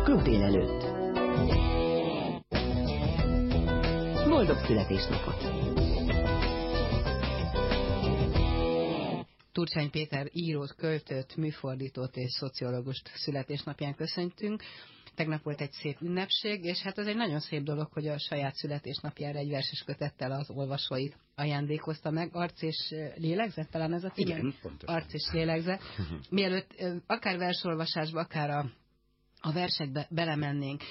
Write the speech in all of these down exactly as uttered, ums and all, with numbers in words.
klub délelőtt. Boldog születésnapot! Turcsány Péter írót, költőt, műfordítót és szociológust születésnapján köszöntünk. Tegnap volt egy szép ünnepség, és hát az egy nagyon szép dolog, hogy a saját születésnapjára egy verses kötettel az olvasóit ajándékozta meg. Arc és lélegzet, talán ez a cím? Igen, pontosan. Arc és lélegzet. Mielőtt akár versolvasásba, akár a a versekbe belemennénk,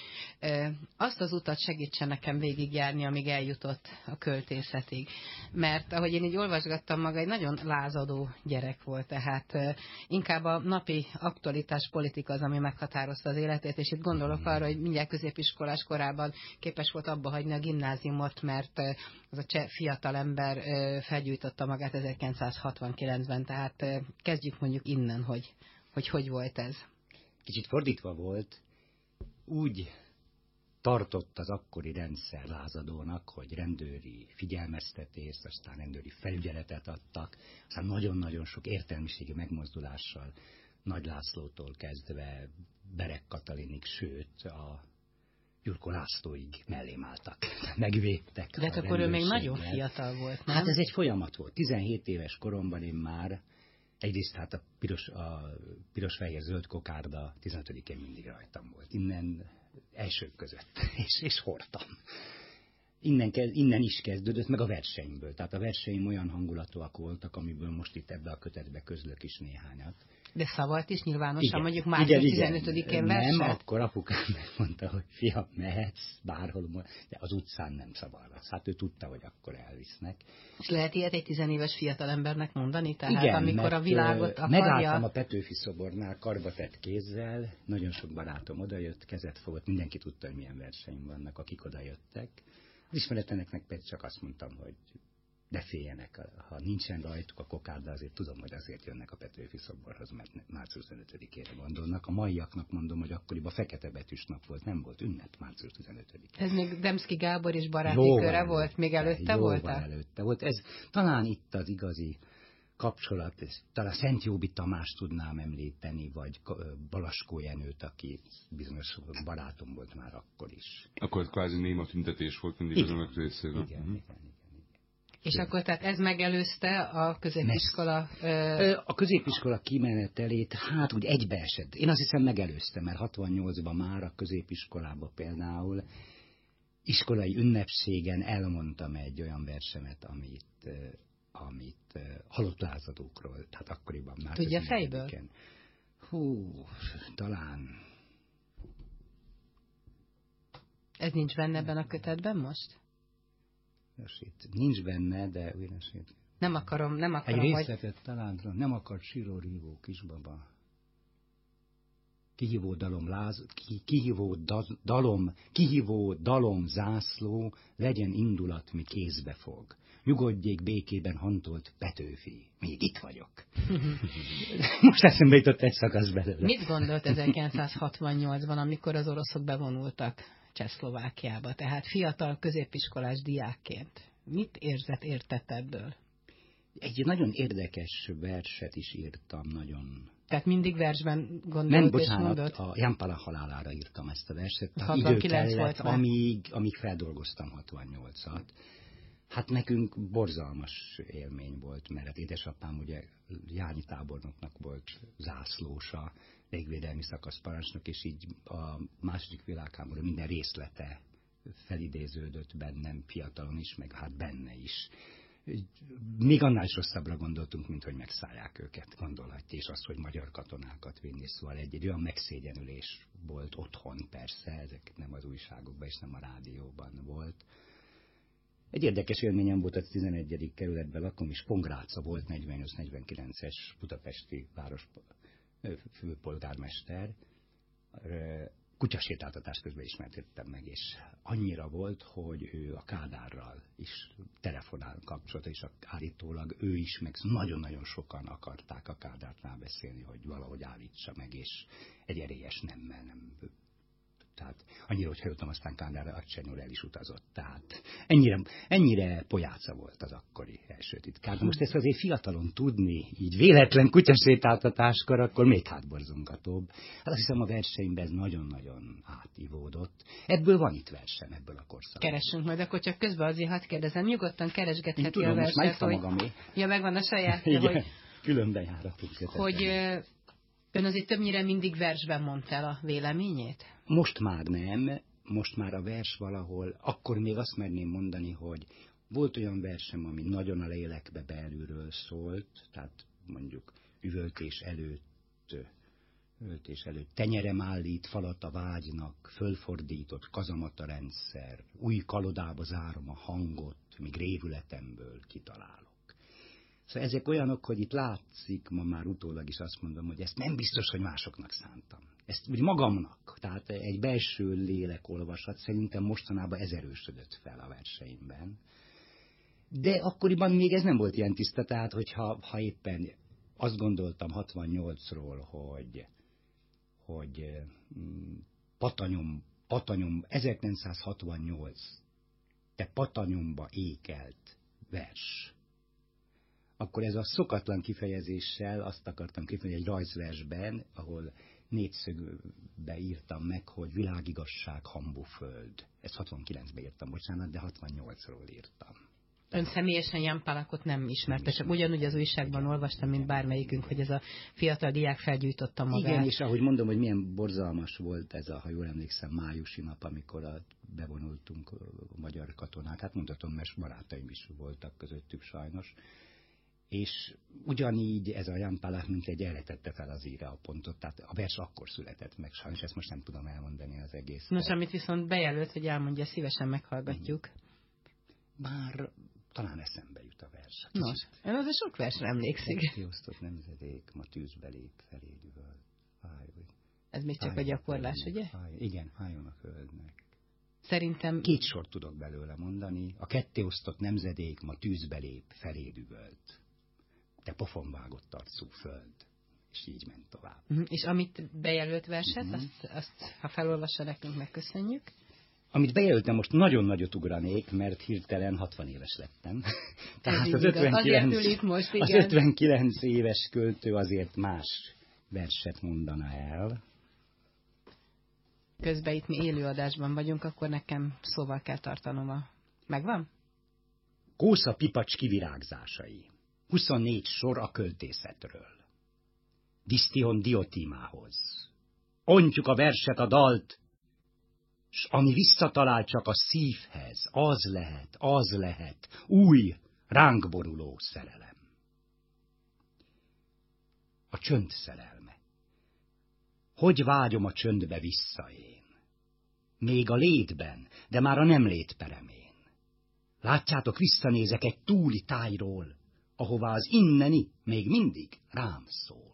azt az utat segítsen nekem végigjárni, amíg eljutott a költészetig. Mert ahogy én így olvasgattam maga, egy nagyon lázadó gyerek volt, tehát inkább a napi aktualitás politika az, ami meghatározta az életét, és itt gondolok arra, hogy mindjárt középiskolás korában képes volt abba hagyni a gimnáziumot, mert az a cseh fiatalember felgyújtotta magát ezerkilencszázhatvankilencben, tehát kezdjük mondjuk innen, hogy hogy, hogy volt ez. Kicsit fordítva volt, úgy tartott az akkori rendszer lázadónak, hogy rendőri figyelmeztetést, aztán rendőri felügyeletet adtak, aztán nagyon-nagyon sok értelmiségi megmozdulással, Nagy Lászlótól kezdve Berek Katalinig, sőt a Jurko Lászlóig mellém álltak, megvédtek. De akkor ő még nagyon fiatal volt, nem? Hát ez egy folyamat volt. tizenhét éves koromban én már egyrészt hát a piros, a piros-fehér-zöld kokárda tizenötödikén mindig rajtam volt. Innen elsők között, és, és hordtam. Innen, innen is kezdődött, meg a verseimből. Tehát a verseim olyan hangulatúak voltak, amiből most itt ebbe a kötetbe közlök is néhányat. De szavalt is nyilvánosan, igen, mondjuk március tizenötödikén verset? Nem, akkor apukám megmondta, hogy fiam, mehetsz bárhol, de az utcán nem szavalhatsz. Hát ő tudta, hogy akkor elvisznek. És lehet ilyet egy tizenéves fiatalembernek mondani? Tehát igen, amikor a világot akarja... megálltam a Petőfi szobornál karbatett kézzel, nagyon sok barátom odajött, kezet fogott, mindenki tudta, hogy milyen verseim vannak, akik odajöttek. Az ismeretleneknek pedig csak azt mondtam, hogy ne féljenek, ha nincsen rajtuk a kokárda, azért tudom, hogy azért jönnek a Petőfi szoborhoz, mert március tizenötödikére gondolnak. A maiaknak mondom, hogy akkoriban fekete betűs nap volt, nem volt ünnep március tizenötödikén. Ez még Demszky Gábor és baráti köre volt? Még előtte volt? Jóval előtte volt. Ez talán itt az igazi kapcsolat, talán Szent Jóbi Tamás tudnám említeni, vagy Balaskó Jenőt, aki bizonyos barátom volt már akkor is. Akkor kvázi néma tüntetés volt mindig az önök részéről. Igen, igen, igen. És Sőt. Akkor tehát ez megelőzte a középiskola... Ö... A középiskola kimenetelét, hát úgy egybeesett. Én azt hiszem megelőzte, mert hatvannyolcban már a középiskolában például iskolai ünnepségen elmondtam egy olyan versemet, amit, amit halott lázadókról, tehát akkoriban már... Tudja fejből? Hú, talán... Ez nincs benne ebben a kötetben most? Itt nincs benne, de újrasít. Nem akarom, nem akarom, egy részletet hogy... talán nem akart síró-rívó kisbaba. Kihívó dalom, láz, ki, kihívó da, dalom, kihívó dalom zászló, legyen indulat, mi kézbe fog. Nyugodjék békében hantolt Petőfi. Még itt vagyok. Most eszembe jutott egy szakasz belőle. Mit gondolt ezerkilencszázhatvannyolcban, amikor az oroszok bevonultak Csehszlovákiába, tehát fiatal középiskolás diákként? Mit érzett, értett ebből? Egy nagyon érdekes verset is írtam, nagyon... Tehát mindig versben gondolt Nem, és bocsánat, mondott? a Jan Palach halálára írtam ezt a verset. hatvankilenc idő kellett, volt már. amíg, amíg feldolgoztam hatvannyolcat. Hát nekünk borzalmas élmény volt, mert édesapám ugye járni tábornoknak volt zászlósa, légvédelmi szakaszparancsnok, és így a második világháború minden részlete felidéződött bennem, fiatalon is, meg hát benne is. Még annál is rosszabbra gondoltunk, mint hogy megszállják őket, gondolhatja, és az, hogy magyar katonákat vinni, szóval egy, egy olyan megszégyenülés volt otthon, persze, ezek nem az újságokban és nem a rádióban volt. Egy érdekes élményem volt, az tizenegyedik kerületben lakom, és Pongrácza volt negyvennyolc negyvenkilences budapesti város főpolgármester. Kutyasétáltatás közben ismertettem meg, és annyira volt, hogy ő a Kádárral is telefonál kapcsolat, és állítólag ő is, meg nagyon-nagyon sokan akarták a Kádárt rábeszélni, hogy valahogy állítsa meg, és egy erélyes nemmel nem Tehát annyira, hogy hallottam, aztán Kádár Acsenyúr el is utazott. Tehát ennyire, ennyire pojáca volt az akkori első titkár. De most ezt azért fiatalon tudni, így véletlen kutyasétáltatáskor, akkor még hátborzongatóbb. Hát azt hiszem, a verseimben ez nagyon-nagyon átívódott. Ebből van itt versem, ebből a korszakból. Keresünk majd, akkor csak közben azért hadd kérdezem, nyugodtan keresgetheti tudom, a verset, hogy... Magamé. Ja, megvan a sajátja, Igen, hogy... különben járatunk kötetlen. Hogy ön azért többnyire mindig versben mondta el a véleményét? Most már nem, most már a vers valahol, akkor még azt merném mondani, hogy volt olyan versem, ami nagyon a lélekbe belülről szólt, tehát mondjuk üvöltés előtt, üvöltés előtt tenyerem állít falat a vágynak, fölfordított kazamata rendszer, új kalodába zárom a hangot, míg révületemből kitalálok. Szóval ezek olyanok, hogy itt látszik, ma már utólag is azt mondom, hogy ezt nem biztos, hogy másoknak szántam. Ezt úgy magamnak, tehát egy belső lélek-olvasat szerintem mostanában ez erősödött fel a verseimben. De akkoriban még ez nem volt ilyen tiszta, tehát hogyha ha éppen azt gondoltam hatvannyolcról, hogy, hogy Patanyom, Patanyom, ezerkilencszázhatvannyolc, te Patanyomba ékelt vers. Akkor ez a szokatlan kifejezéssel azt akartam kifejezni egy rajzversben, ahol négyszögbe írtam meg, hogy világigasság, hambu föld. Ezt hatvankilencben írtam, bocsánat, de hatvannyolcról írtam. Ön személyesen Jan Palachot nem ismerte, csak ugyanúgy az újságban olvastam, mint bármelyikünk, hogy ez a fiatal diák felgyújtotta magát. Igen, és ahogy mondom, hogy milyen borzalmas volt ez a, ha jól emlékszem, májusi nap, amikor a, bevonultunk a magyar katonák. Hát mondhatom, mert barátaim is voltak közöttük sajnos. És ugyanígy ez a Jan Palach mint egy erre tette fel az íre a pontot, tehát a vers akkor született meg, sajnos ezt most nem tudom elmondani az egész. Nos, amit viszont bejelölt, hogy elmondja, szívesen meghallgatjuk. Bár talán eszembe jut a vers. Kicsit. Nos, ön az a sok versre emlékszik. Kiosztott nemzedék, ma tűzbe lép, felé düvöl. Ez még csak a gyakorlás, ugye? Fáj, igen, fájjon a földnek. Szerintem... Két sort tudok belőle mondani. A kettéosztott nemzedék ma tűzbe lép, felé düvölt. Te pofonvágott arcú föld. És így ment tovább. Uh-huh. És amit bejelölt verset, uh-huh. azt, azt, ha felolvassa nekünk, megköszönjük. Amit bejelöltem, most nagyon nagyot ugranék, mert hirtelen hatvan éves lettem. Tehát az ötvenkilenc, most, az ötvenkilenc éves költő azért más verset mondana el. Közben itt mi élőadásban vagyunk, akkor nekem szóval kell tartanom a... Megvan? Kósza Pipacs kivirágzásai. huszonnégy sor a költészetről. Disztion Diotímához. Ontjuk a verset, a dalt, s ami visszatalál csak a szívhez, az lehet, az lehet, új, ránk boruló szerelem. A csönd szerelme. Hogy vágyom a csöndbe vissza én? Még a létben, de már a nem létperemén. Látjátok, visszanézek egy túli tájról, ahová az inneni még mindig rám szól.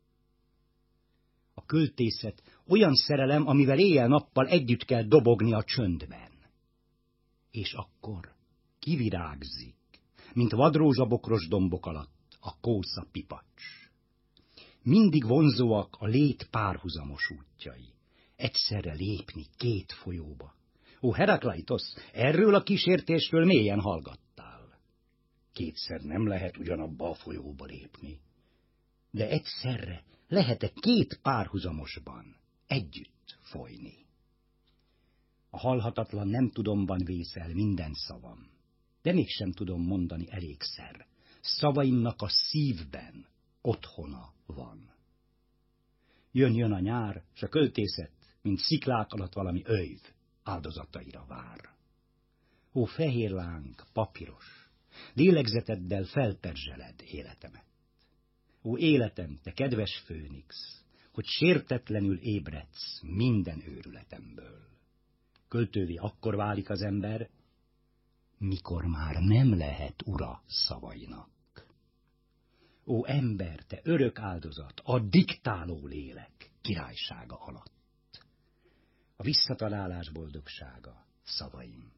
A költészet olyan szerelem, amivel éjjel-nappal együtt kell dobogni a csöndben. És akkor kivirágzik, mint vadrózsabokros dombok alatt a Kósza Pipacs. Mindig vonzóak a lét párhuzamos útjai. Egyszerre lépni két folyóba. Ó, Herakleitos, erről a kísértésről mélyen hallgattál. Kétszer nem lehet ugyanabba a folyóba lépni. De egyszerre lehet-e két párhuzamosban együtt folyni? A halhatatlan nem tudomban vészel minden szavam, de mégsem tudom mondani elégszer. Szavaimnak a szívben otthona van. Jön-jön a nyár, s a költészet, mint sziklák alatt valami öjv, áldozataira vár. Ó, fehér láng, papíros, lélegzeteddel felperzseled életemet. Ó, életem, te kedves főnix, hogy sértetlenül ébredsz minden őrületemből. Költővé akkor válik az ember, mikor már nem lehet ura szavainak. Ó, ember, te örök áldozat, a diktáló lélek királysága alatt. A visszatalálás boldogsága, szavaim.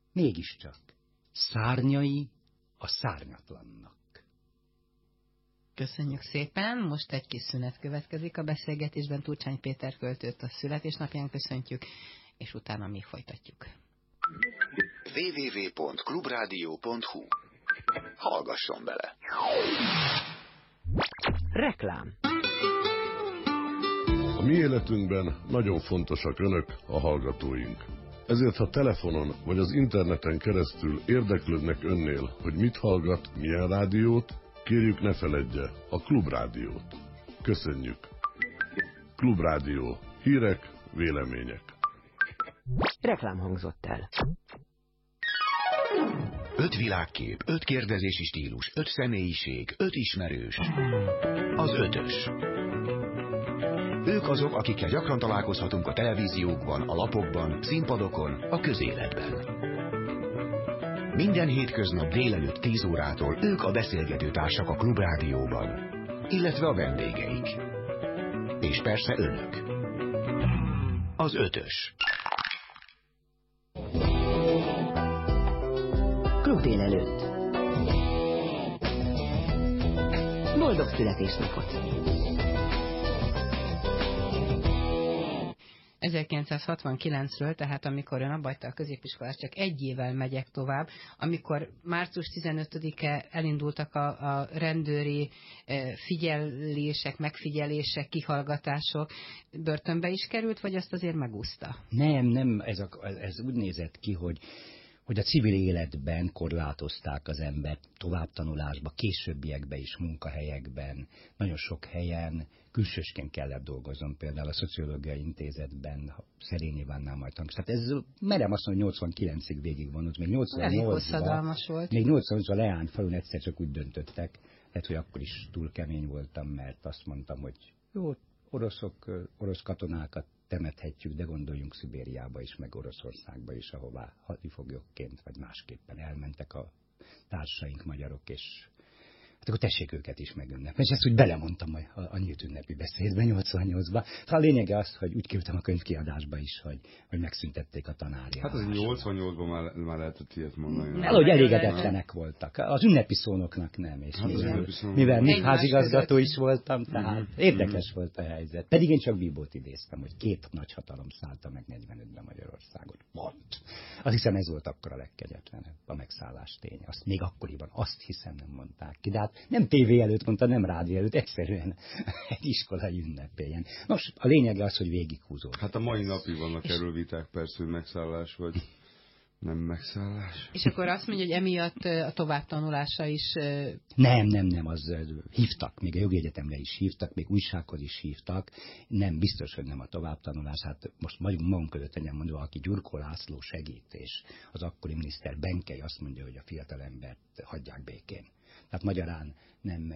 Mégiscsak szárnyai a szárnyatlannak. Köszönjük szépen. Most egy kis szünet következik a beszélgetésben. Turcsány Péter költőt a születésnapján köszöntjük, és utána még folytatjuk. double-u double-u double-u pont klubrádió pont hu Hallgasson bele! Reklám. A mi életünkben nagyon fontosak önök, a hallgatóink. Ezért, ha telefonon vagy az interneten keresztül érdeklődnek önnél, hogy mit hallgat, milyen rádiót, kérjük ne feledje a Klubrádiót. Köszönjük! Klubrádió. Hírek, vélemények. Reklám hangzott el. Öt világkép, öt kérdezési stílus, öt személyiség, öt ismerős. Az ötös. Ők azok, akikkel gyakran találkozhatunk a televíziókban, a lapokban, színpadokon, a közéletben. Minden hétköznap délelőtt tíz órától ők a beszélgető társak a Klubrádióban, illetve a vendégeik. És persze önök. Az ötös. Klub délelőtt. Boldog születésnapot! ezerkilencszázhatvankilencről, tehát amikor ön abbahagyta a középiskolát, csak egy évvel megyek tovább, amikor március tizenötödike elindultak a, a rendőri figyelések, megfigyelések, kihallgatások, börtönbe is került, vagy azt azért megúszta? Nem, nem, ez, a, ez úgy nézett ki, hogy hogy a civil életben korlátozták az embert továbbtanulásba, későbbiekben is, munkahelyekben, nagyon sok helyen külsősként kellett dolgoznom, például a Szociológiai Intézetben, Szerény Ivánnál majd tanulni. Tehát ez merem azt mondani, hogy nyolcvankilencig végig van, még nyolcvannyolcban, még nyolcvannyolcban Leányfalun egyszer csak úgy döntöttek, lehet, hogy akkor is túl kemény voltam, mert azt mondtam, hogy jó, oroszok, orosz katonákat temethetjük, de gondoljunk Szibériába is, meg Oroszországba is, ahová hadifoglyokként, vagy másképpen elmentek a társaink, magyarok, és hát akkor tessék őket is megünnepelni. És ezt úgy belemondtam a, a nyílt ünnepi beszédben nyolcvannyolcban. Tehát a lényege az, hogy úgy kerültem a könyvkiadásba is, hogy, hogy megszüntették a tanári Hát az nyolcvannyolcban már, már lehetett ilyet mondani. Valahogy elégedetlenek voltak. Az ünnepi szónoknak nem. És hát mivel, mivel még házigazgató is voltam, tehát mm-hmm. érdekes volt a helyzet. Pedig én csak Bíbót idéztem, hogy két nagy hatalom szállta meg negyvenötben Magyarországot. Pont. Azt hiszem, ez volt akkor a legkegyetlenebb, a megszállás tény. Azt még akkoriban azt hiszem nem mondták ki. De hát nem tévé előtt mondta, nem rádió előtt, egyszerűen egy iskolai ünnepélyen. Nos, a lényege az, hogy végighúzódott. Hát a mai napig vannak és... erről viták, persze, hogy megszállás vagy nem megszállás. És akkor azt mondja, hogy emiatt a továbbtanulása is... Nem, nem, nem, az hívtak, még a jogi egyetemre is hívtak, még újsághoz is hívtak. Nem, biztos, hogy nem a továbbtanulás. Hát most magunk között legyen mondva, aki Gyurkó László segít, és az akkori miniszter Benkei azt mondja, hogy a fiatalembert hagyják békén. Tehát magyarán nem,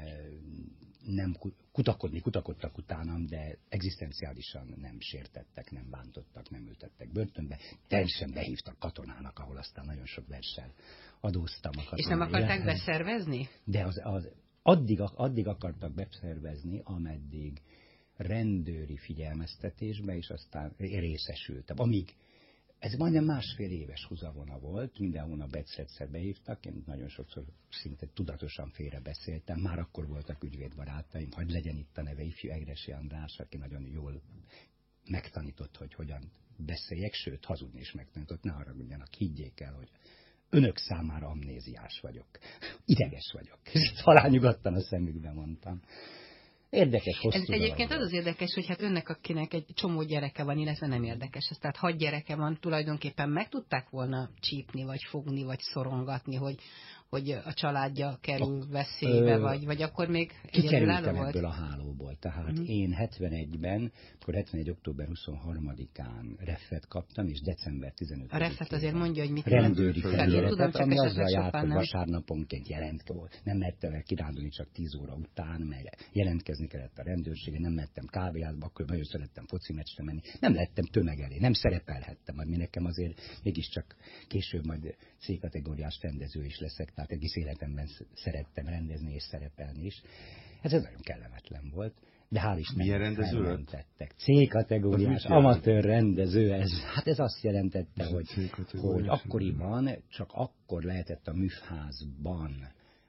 nem kutakodni, kutakodtak utánam, de egzisztenciálisan nem sértettek, nem bántottak, nem ültettek börtönbe. Teljesen behívtak katonának, ahol aztán nagyon sok verssel adóztam. A és nem akarták életben beszervezni? De az, az, addig, addig akartak beszervezni, ameddig rendőri figyelmeztetésbe, és aztán részesültem. Amíg ez majdnem másfél éves húzavona volt, minden hónap egyszer behívtak, én nagyon sokszor szinte tudatosan félre beszéltem, már akkor voltak ügyvédbarátaim, hogy legyen itt a neve, ifjú Egressy András, aki nagyon jól megtanított, hogy hogyan beszéljek, sőt, hazudni is megtanított, ne haragudjanak, higgyék el, hogy önök számára amnéziás vagyok, ideges vagyok, és talán nyugodtan a szemükbe mondtam. Érdekes, hosszú. Ez egyébként az az érdekes, hogy hát önnek, akinek egy csomó gyereke van, illetve nem érdekes. Ez, tehát hat gyereke van, tulajdonképpen meg tudták volna csípni, vagy fogni, vagy szorongatni, hogy, hogy a családja kerül a, veszélybe, ö, vagy, vagy akkor még kikerültem ebből a hálóból. Tehát uh-huh. én hetvenegyben, akkor hetvenegy. október huszonharmadikán refet kaptam, és december tizenötödikén. A refet azért mondja, hogy mit rendőri felületet, ami azzal járt, hogy vasárnaponként jelentkezni. Nem mertem el kirándulni csak tíz óra után, mert jelentkezni kellett a rendőrségen, nem mehettem kávéházba, akkor nagyon szerettem foci meccsre menni. Nem lettem tömeg elé, nem szerepelhettem, mert mi nekem azért mégiscsak később majd C-kategóriás rendező is leszek, tehát egész életemben szerettem rendezni és szerepelni is. Ez, ez nagyon kellemetlen volt, de hál' Istennek felmentettek. C-kategóriás amatőr rendező, ez, hát ez azt jelentette, hogy, hogy akkoriban csak akkor lehetett a műfházban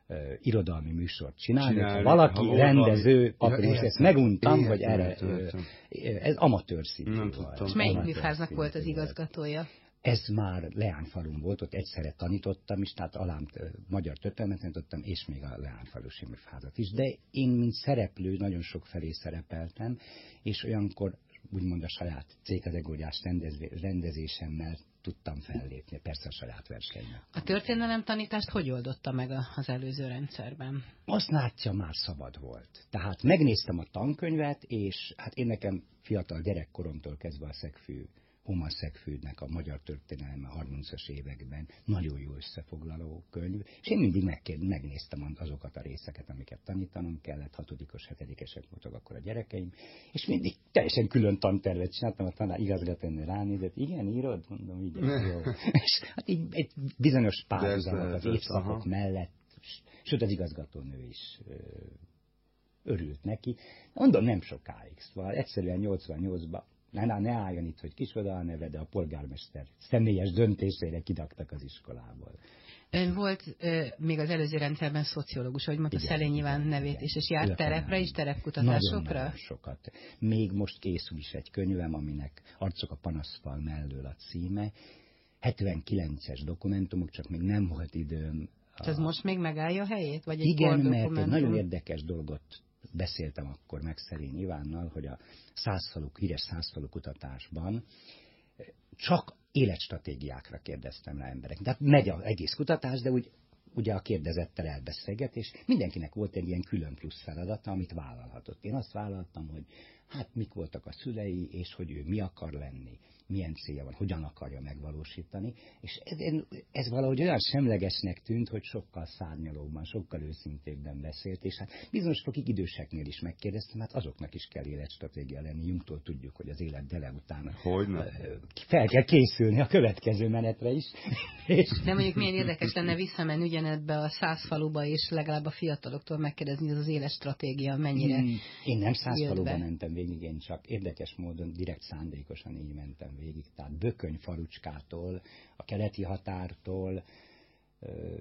uh, irodalmi műsort csinálni. Csinálni. Ha valaki ha rendező, valami... akkor most ezt meguntam, értem, hogy erre értem, értem. uh, ez amatőr szintű Nem volt. tudtam. És melyik Amatőr műfáznak szintű volt az igazgatója? Ez már Leányfalun volt, ott egyszerre tanítottam is, tehát alám magyar történelmet tanítottam, és még a Leányfalusi műfázat is. De én, mint szereplő, nagyon sok felé szerepeltem, és olyankor úgymond a saját cégkategóriás rendezésemmel tudtam fellépni, persze a saját versenynek. A történelem tanítást hogy oldotta meg az előző rendszerben? Azt látja, már szabad volt. Tehát megnéztem a tankönyvet, és hát én nekem fiatal gyerekkoromtól kezdve a Szegfű, Homer Szegfűnek a magyar történelme harmincas években nagyon jó összefoglaló könyv, és én mindig megkér, megnéztem azokat a részeket, amiket tanítanom kellett, hatodikos, hetedikesek voltak akkor a gyerekeim, és mindig teljesen külön tantervet csináltam, a tanár igazgatónő ránézett, igen, írod? Mondom, igen, jó. És hát így egy bizonyos párhuzamokat, évszakok mellett, sőt az igazgatónő is ö, örült neki. Mondom, nem sokáig, szóval egyszerűen nyolcvannyolcban Ne, ne álljon itt, hogy kicsoda a neve, de a polgármester személyes döntésére kidaktak az iskolából. Ön volt ö, még az előző rendszerben szociológus, ahogy mondta Szelényi Iván nevét igen, is, és járt igen, terepre is, terepkutatásokra? Nagyon-nagyon sokat. Még most készül is egy könyvem, aminek Arcok a panaszfal mellől a címe. hetvenkilences dokumentumok, csak még nem volt időm. A... Ez most még megállja a helyét? Vagy egy igen, mert egy nagyon érdekes dolgot beszéltem akkor meg Szelényi Ivánnal, hogy a százfalu, híres százfalu kutatásban csak életstratégiákra kérdeztem rá emberek. Tehát megy az egész kutatás, de úgy, ugye a kérdezettel elbeszélget, és mindenkinek volt egy ilyen külön plusz feladata, amit vállalhatott. Én azt vállaltam, hogy hát mik voltak a szülei, és hogy ő mi akar lenni, milyen célja van, hogyan akarja megvalósítani, és ez, ez valahogy olyan semlegesnek tűnt, hogy sokkal szárnyalóbban, sokkal őszintébben beszélt, és hát bizonyos fokig időseknél is megkérdeztem, hát azoknak is kell életstratégia lenni, Jungtól tudjuk, hogy az élet dele után Hogyne? fel kell készülni a következő menetre is. És de mondjuk milyen érdekes lenne visszamenni ugyanebbe a Százfaluba, és legalább a fiataloktól megkérdezni, hogy az életstratégia mennyire hmm, Én nem Százfaluba mentem végig, én csak érdekes módon direkt szándékosan így mentem végig, tehát Bököny falucskától, a keleti határtól, uh,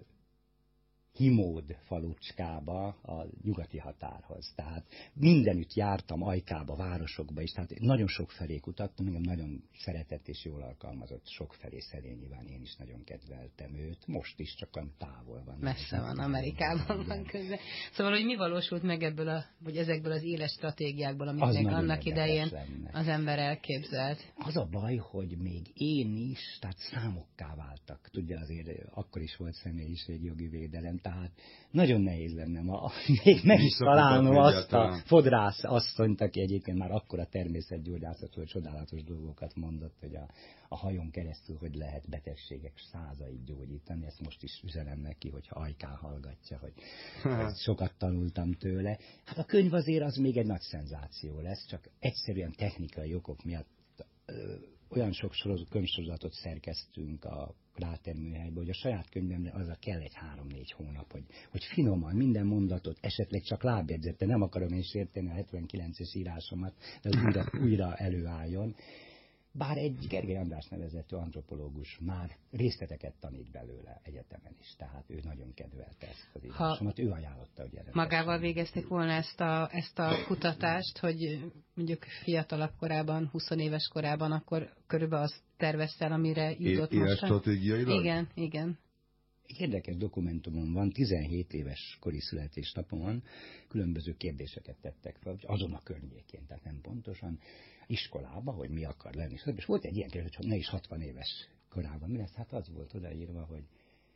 Himód falucskába, a nyugati határhoz. Tehát mindenütt jártam, Ajkába, városokba is, tehát nagyon sok felé kutattam, engem nagyon szeretett és jól alkalmazott sok felé Szelényi Iván, én is nagyon kedveltem őt, most is csak olyan távol van. Messze van, Amerikában van közben. Szóval, hogy mi valósult meg ebből a, vagy ezekből az éles stratégiákból, amiknek annak idején lenne. Az ember elképzelt? Az a baj, hogy még én is, tehát számokká váltak. Tudja, azért akkor is volt személyiségjogi védelem, tehát nagyon nehéz lenne ma még meg is találnom azt a fodrász asszonyt, aki egyébként már akkor a természetgyógyászatról csodálatos dolgokat mondott, hogy a, a hajón keresztül, hogy lehet betegségek százait gyógyítani. Ezt most is üzenem neki, hogyha Ajkán hallgatja, hogy sokat tanultam tőle. Hát a könyv azért az még egy nagy szenzáció lesz, csak egyszerűen technikai okok miatt ö, olyan sok könyvsorozatot szerkeztünk a Kráter műhelyben, hogy a saját könyvemre azra kell egy három-négy hónap, hogy, hogy finoman minden mondatot, esetleg csak lábjegyzette, nem akarom én sérteni a hetvenkilences írásomat, de az újra, újra előálljon. Bár egy Gergely András nevezetű antropológus már részleteket tanít belőle egyetemen is, tehát ő nagyon kedvelte ezt az írásomat, ő ajánlotta, hogy erre. Magával végezték volna ezt a, ezt a kutatást, hogy mondjuk fiatalabb korában, húsz éves korában, akkor körülbelül azt tervezte el, amire jutott é, most. Stratégiailag? Igen, igen. Egy érdekes dokumentumom van, tizenhét éves kori születésnapomon különböző kérdéseket tettek fel, azon a környékén, tehát nem pontosan, iskolába, hogy mi akar lenni. És volt egy ilyen kérdés, hogy ne is hatvan éves korában mi lesz? Hát az volt odaírva, hogy,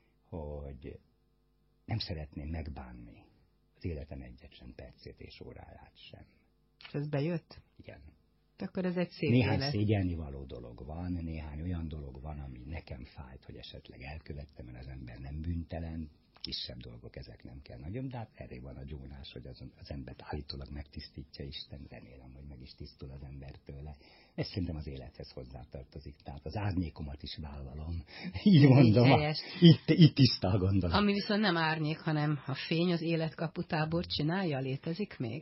hogy nem szeretném megbánni az életem egyet sem percét és óráját sem. És ez bejött? Igen. Akkor ez egy szép Néhány élet. szégyelni való dolog van, néhány olyan dolog van, ami nekem fájt, hogy esetleg elkövettem, mert az ember nem bűntelen, kisebb dolgok, ezek nem kell nagyon, de hát erre van a gyónás, hogy az, az embert állítólag megtisztítja Isten, remélem, hogy meg is tisztul az ember tőle. Ez szerintem az élethez hozzátartozik, tehát az árnyékomat is vállalom. Így mondom, a, itt, itt tiszta a gondolat. Ami viszont nem árnyék, hanem a fény, az életkaputábor csinálja, létezik még?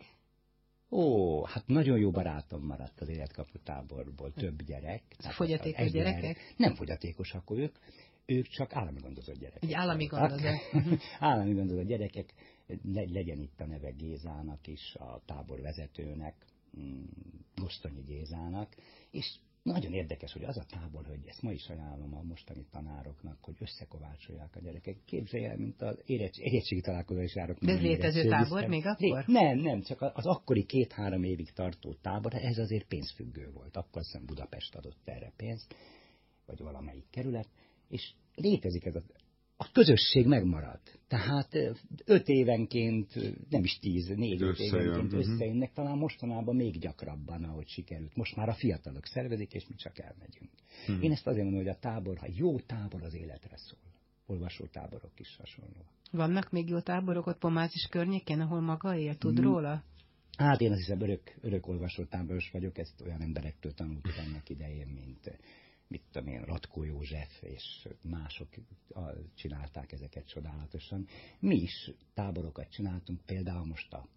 Ó, hát nagyon jó barátom maradt az életkaputáborból, több gyerek. Fogyatékos gyerekek? Nem fogyatékosak ők. ők csak állami gondozott gyerekek. Egy állami gondozott. Állami gondozott gyerekek, legyen itt a neve Gézának is, a táborvezetőnek, Gosztonyi Gézának, és nagyon érdekes, hogy az a tábor, hogy ezt ma is ajánlom a mostani tanároknak, hogy összekovácsolják a gyerekek. Képzelj el, mint az érettségi találkozó is járok. De ez létező tábor még akkor? Nem, nem, csak az akkori két-három évig tartó tábor, ez azért pénzfüggő volt. Akkor azt hiszem Budapest adott erre pénzt, vagy valamelyik kerület, és létezik ez a A közösség megmarad. Tehát öt évenként, nem is tíz, négy-öt évenként összejönnek, talán mostanában még gyakrabban, ahogy sikerült. Most már a fiatalok szervezik, és mi csak elmegyünk. Hmm. Én ezt azért mondom, hogy a tábor, ha jó tábor, az életre szól. Olvasó táborok is hasonló. Vannak még jó táborok ott Pomázis környékén, ahol maga él? Tud hmm. róla? Hát én azt hiszem, örök, örök olvasó táboros vagyok, ezt olyan emberektől tanultam ennek idején, mint mit tudom én, Ratkó József és mások csinálták ezeket csodálatosan. Mi is táborokat csináltunk, például most a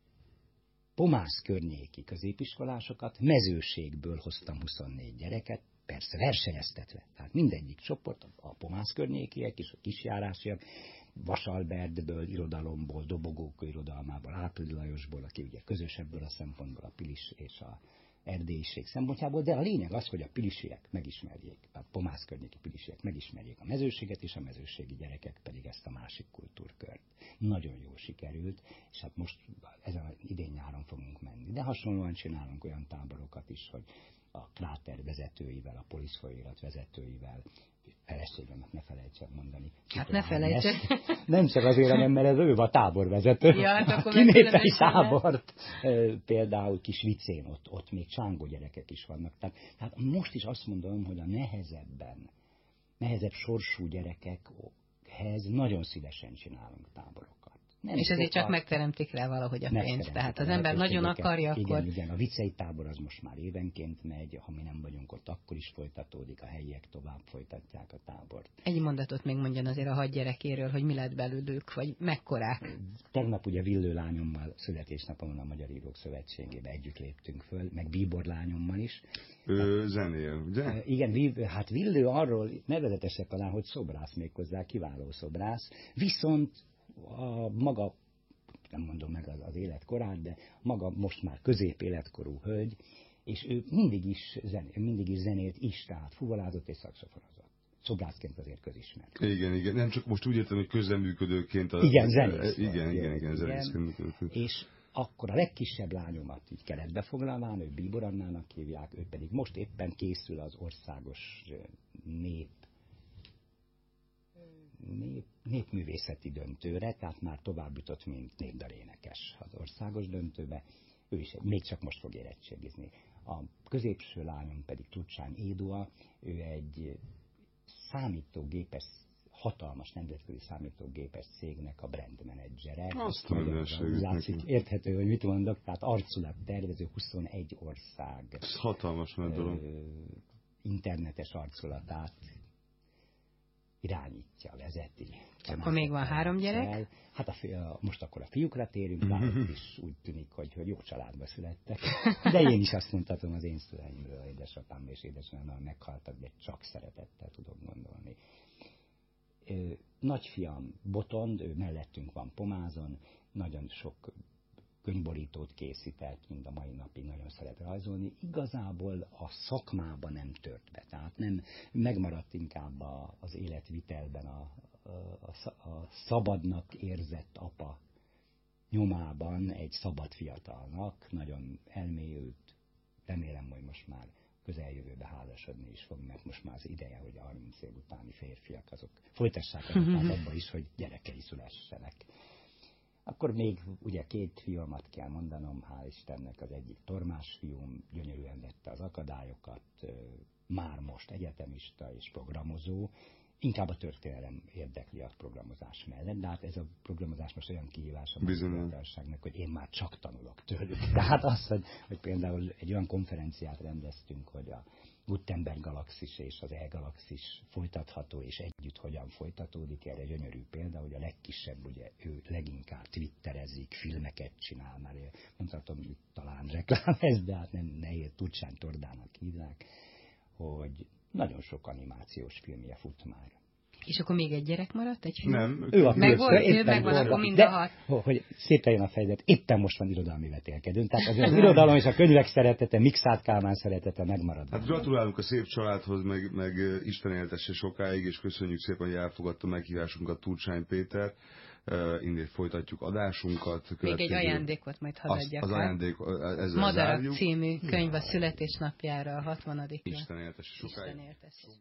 Pomász környéki középiskolásokat, Mezőségből hoztam huszonnégy gyereket, persze versenyeztetve. Tehát mindegyik csoport, a Pomász környékiek és a kisjárásiak, Vasalbertből, irodalomból, Dobogókő irodalmából, Ápoldi Lajosból, aki ugye közös ebből a szempontból a Pilis és a erdélyiség szempontjából, de a lényeg az, hogy a pilisiek megismerjék, a Pomász környéki pilisiek megismerjék a mezőséget, és a mezőségi gyerekek pedig ezt a másik kultúrkört. Nagyon jól sikerült, és hát most ezen az idén-nyáron fogunk menni. De hasonlóan csinálunk olyan táborokat is, hogy a Kráter vezetőivel, a poliszfolyirat vezetőivel, feleségemet ne felejtsen mondani. Hát ne felejtsen. Nem csak azért, hanem mert ez ő a táborvezető. Ja, hát akkor kinép egy tábort. Például Kis Vicén, ott, ott még csángó gyerekek is vannak. Tehát, tehát most is azt mondom, hogy a nehezebben, nehezebb sorsú gyerekekhez nagyon szívesen csinálunk táborokat. Nem és ezért csak megteremtik rá valahogy a pénzt. Tehát az ember nagyon akarja, igen, akkor... Igen, a vicei tábor az most már évenként megy, ha mi nem vagyunk ott, akkor is folytatódik, a helyiek tovább folytatják a tábort. Egy mondatot még mondjon azért a hadgyerekéről, hogy mi lett belőlük, vagy mekkorák. Tegnap ugye Villő lányommal születésnapomon a Magyar Írók Szövetségébe együtt léptünk föl, meg Bíbor lányommal is. Ő hát, zenél, ugye? Igen, hát Villő arról nevezetesek talán, hogy szobrász, méghozzá kiváló szobrász, viszont a maga, nem mondom meg az, az életkorát, de maga most már középéletkorú hölgy, és ő mindig is, zenél, mindig is zenélt is, tehát fuvolázott és szaxofonozott. Szobrászként azért közismert. Igen, igen, nem csak most úgy értem, hogy közreműködőként. A, igen, zenész. Igen, igen, igen, igen, zenészként. És akkor a legkisebb lányomat így keretbe foglalván, ő Bíbor Annának hívják, ő pedig most éppen készül az országos nép Nép, népművészeti döntőre, tehát már tovább jutott, mint népdalénekes az országos döntőbe. Ő is még csak most fog érettségizni. A középső lányom pedig Tucsány Édua, ő egy számítógépes, hatalmas nemzetközi számítógépes cégnek a brand menedzsere. Azt látszik, érthető, hogy mit mondok, tehát arculat tervező huszonegy ország. Ez hatalmas nagy dolog. Internetes arculatát irányítja, vezeti. Akkor még van három gyerek? Hát a fi, a, most akkor a fiúkra térünk, bár ott is úgy tűnik, hogy, hogy jó családba születtek. De én is azt mondhatom az én szüleimről, édesapám és édesanyámmal meghaltak, de csak szeretettel tudok gondolni. Ö, nagyfiam Botond, ő mellettünk van Pomázon, nagyon sok könyvborítót készített, mind a mai napig nagyon szeret rajzolni. Igazából a szakmában nem tört be, tehát nem megmaradt inkább a, az életvitelben a, a, a szabadnak érzett apa nyomában egy szabad fiatalnak, nagyon elmélyült, remélem, hogy most már közeljövőbe házasodni is fog, mert most már az ideje, hogy a harminc év utáni férfiak azok folytassák a munkát abba is, hogy gyerekei szülessenek. Akkor még ugye két fiamat kell mondanom, hál' Istennek, az egyik Tormás fiúm gyönyörűen vette az akadályokat, már most egyetemista és programozó, inkább a történelem érdekli a programozás mellett, de hát ez a programozás most olyan kihívás a magyarságnak, hogy én már csak tanulok tőlük. Tehát az, hogy, hogy például egy olyan konferenciát rendeztünk, hogy a Gutenberg galaxis és az E-galaxis folytatható, és együtt hogyan folytatódik, erre gyönyörű példa, hogy a legkisebb, ugye ő leginkább twitterezik, filmeket csinál, már mondhatom, hogy talán reklám ez, de hát nem nehéz, Tucsány Tordának hívják, hogy nagyon sok animációs filmje fut már. És akkor még egy gyerek maradt? Egy fiú? Nem. Ő a Meg volt, főszereplő, ő éppen megvan, akkor orra- mind de, a hat. hogy szépen jön a fejlet, éppen most van irodalmi vetélkedőn. Tehát azért az irodalom és a könyvek szeretete, Mikszáth Kálmán szeretete megmarad. Hát gratulálunk a szép családhoz, meg, meg Isten éltesse sokáig, és köszönjük szépen, hogy elfogadta meghívásunkat Turcsány Péter. Uh, Indét folytatjuk adásunkat. Még egy ajándékot majd hadd adjak az, az ajándék, ezzel Madarak zárjuk. című könyv a születésnapjára, a hatvanadik Isten éltesse sokáig. Isten éltesse.